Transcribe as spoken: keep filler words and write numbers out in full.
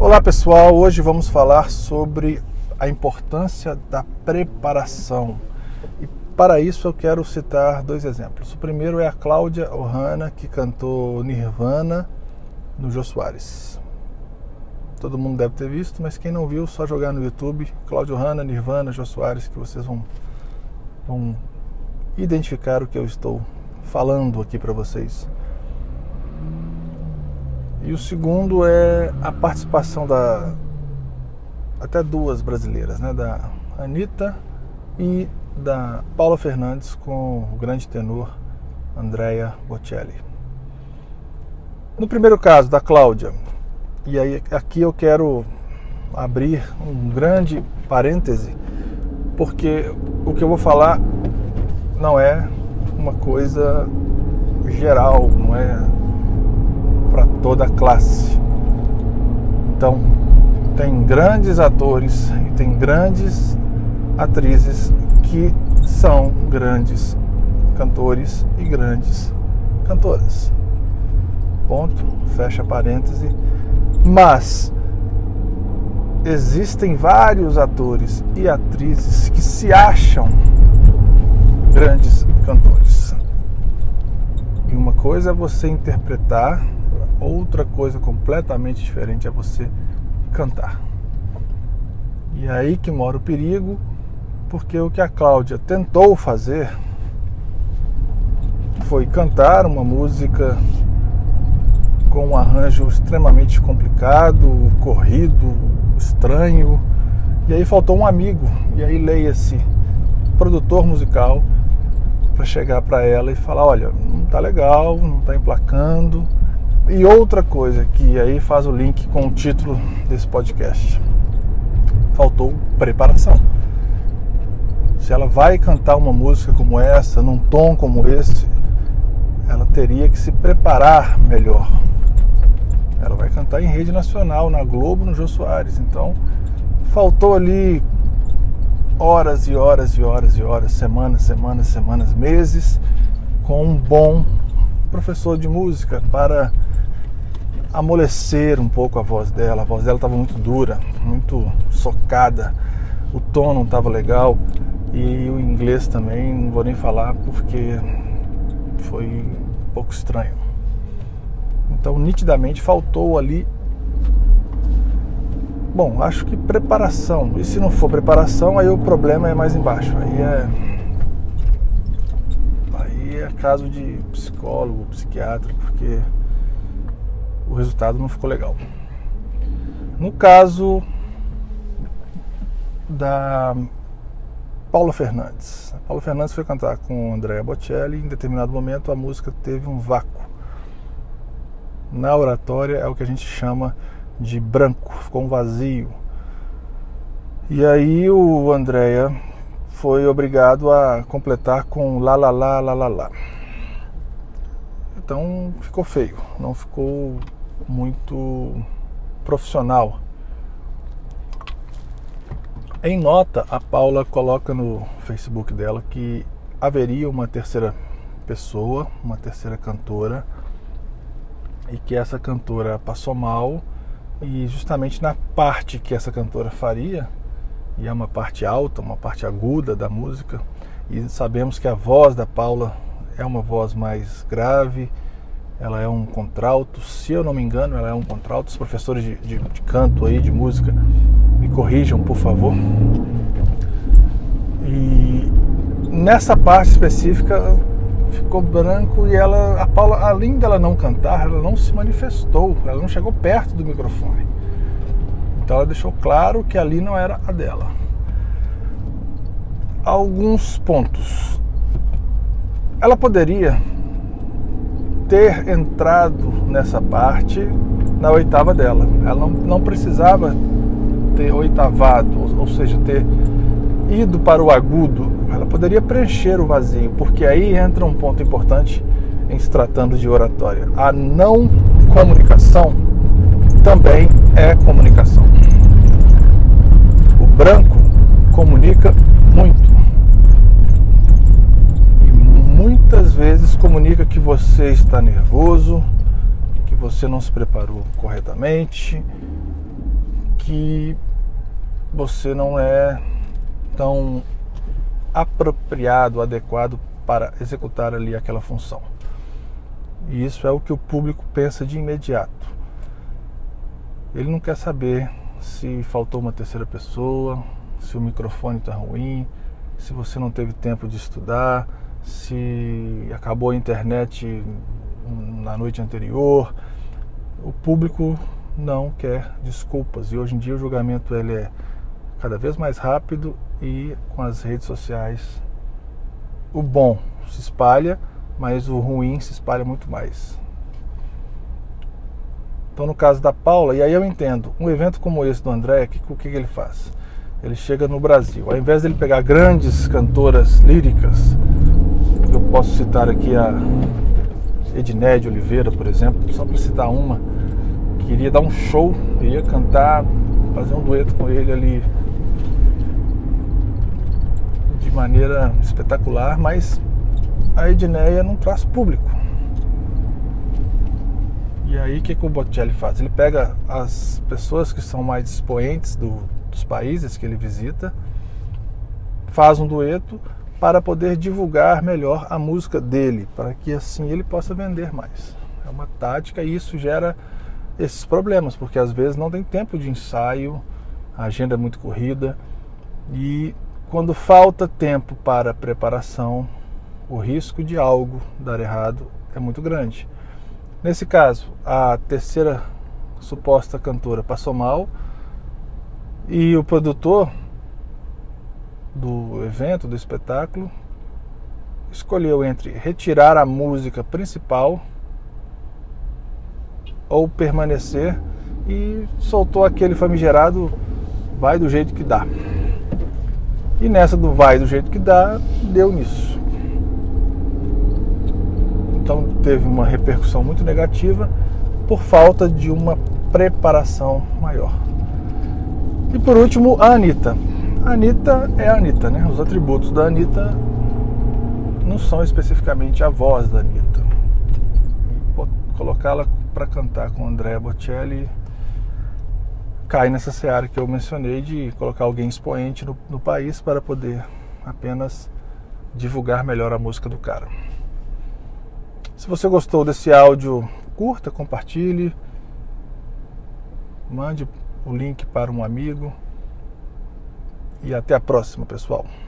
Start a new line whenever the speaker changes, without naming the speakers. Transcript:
Olá pessoal, hoje vamos falar sobre a importância da preparação. E para isso eu quero citar dois exemplos. O primeiro é a Cláudia Ohana, que cantou Nirvana no Jô Soares. Todo mundo deve ter visto, mas quem não viu, só jogar no YouTube Cláudia Ohana, Nirvana, Jô Soares, que vocês vão, vão identificar o que eu estou falando aqui para vocês. E o segundo é a participação da até duas brasileiras, né, da Anitta e da Paula Fernandes com o grande tenor Andrea Bocelli. No primeiro caso, da Cláudia, e aí aqui eu quero abrir um grande parêntese, porque o que eu vou falar não é uma coisa geral, não é para toda a classe. Então, tem grandes atores e tem grandes atrizes que são grandes cantores e grandes cantoras. Ponto, fecha parêntese. Mas existem vários atores e atrizes que se acham grandes cantores. E uma coisa é você interpretar, outra coisa completamente diferente é você cantar. E é aí que mora o perigo, porque o que a Cláudia tentou fazer foi cantar uma música com um arranjo extremamente complicado, corrido, estranho, e aí faltou um amigo, e aí leia-se produtor musical, para chegar para ela e falar: olha, não tá legal, não tá emplacando. E outra coisa que aí faz o link com o título desse podcast: faltou preparação. Se ela vai cantar uma música como essa, num tom como esse, ela teria que se preparar melhor. Ela vai cantar em rede nacional, na Globo, no Jô Soares. Então, faltou ali horas e horas e horas e horas, semanas, semanas, semanas, meses, com um bom professor de música para amolecer um pouco a voz dela. A voz dela estava muito dura, muito socada, o tom não estava legal, e o inglês também não vou nem falar porque foi um pouco estranho. Então, nitidamente faltou ali, bom, acho que preparação. E se não for preparação, aí o problema é mais embaixo. Aí é aí é caso de psicólogo, psiquiatra, porque o resultado não ficou legal. No caso da Paula Fernandes. A Paula Fernandes foi cantar com Andrea Bocelli e em determinado momento a música teve um vácuo. Na oratória é o que a gente chama de branco, ficou um vazio. E aí o Andrea foi obrigado a completar com lá, lá, lá, lá, lá, lá. Então ficou feio, não ficou muito profissional. Em nota, a Paula coloca no Facebook dela que haveria uma terceira pessoa, uma terceira cantora, e que essa cantora passou mal, e justamente na parte que essa cantora faria, e é uma parte alta, uma parte aguda da música, e sabemos que a voz da Paula é uma voz mais grave, ela é um contralto, se eu não me engano ela é um contralto. Os professores de, de, de canto aí, de música, me corrijam, por favor. E nessa parte específica ficou branco, e ela, a Paula, além dela não cantar, ela não se manifestou, ela não chegou perto do microfone. Então ela deixou claro que ali não era a dela. Alguns pontos. Ela poderia ter entrado nessa parte na oitava dela. Ela não, não precisava ter oitavado, ou, ou seja, ter ido para o agudo. Ela poderia preencher o vazio, porque aí entra um ponto importante em se tratando de oratória. A não comunicação também é comunicação. O branco comunica muito. E muitas vezes comunica que você está nervoso, que você não se preparou corretamente, que você não é tão apropriado, adequado para executar ali aquela função. E isso é o que o público pensa de imediato. Ele não quer saber se faltou uma terceira pessoa, se o microfone está ruim, se você não teve tempo de estudar, se acabou a internet na noite anterior. O público não quer desculpas, e hoje em dia o julgamento ele é cada vez mais rápido, e com as redes sociais o bom se espalha, mas o ruim se espalha muito mais. Então, no caso da Paula, e aí eu entendo, um evento como esse do André, que, o que, que ele faz? Ele chega no Brasil, ao invés dele pegar grandes cantoras líricas, eu posso citar aqui a Edné de Oliveira, por exemplo, só para citar uma, que iria dar um show, iria cantar, fazer um dueto com ele ali de maneira espetacular, mas a Edneia não traz público. E aí o que, que o Bocelli faz? Ele pega as pessoas que são mais expoentes do, dos países que ele visita, faz um dueto para poder divulgar melhor a música dele, para que assim ele possa vender mais. É uma tática, e isso gera esses problemas, porque às vezes não tem tempo de ensaio, a agenda é muito corrida, e quando falta tempo para preparação, o risco de algo dar errado é muito grande. Nesse caso, a terceira suposta cantora passou mal, e o produtor do evento, do espetáculo, escolheu entre retirar a música principal ou permanecer, e soltou aquele famigerado vai do jeito que dá. E nessa do vai do jeito que dá, deu nisso. Então teve uma repercussão muito negativa por falta de uma preparação maior. E por último, a Anitta. A Anitta é a Anitta, né? Os atributos da Anitta não são especificamente a voz da Anitta. Colocá-la para cantar com Andrea Bocelli cai nessa seara que eu mencionei, de colocar alguém expoente no, no país para poder apenas divulgar melhor a música do cara. Se você gostou desse áudio, curta, compartilhe, mande o link para um amigo, e até a próxima, pessoal.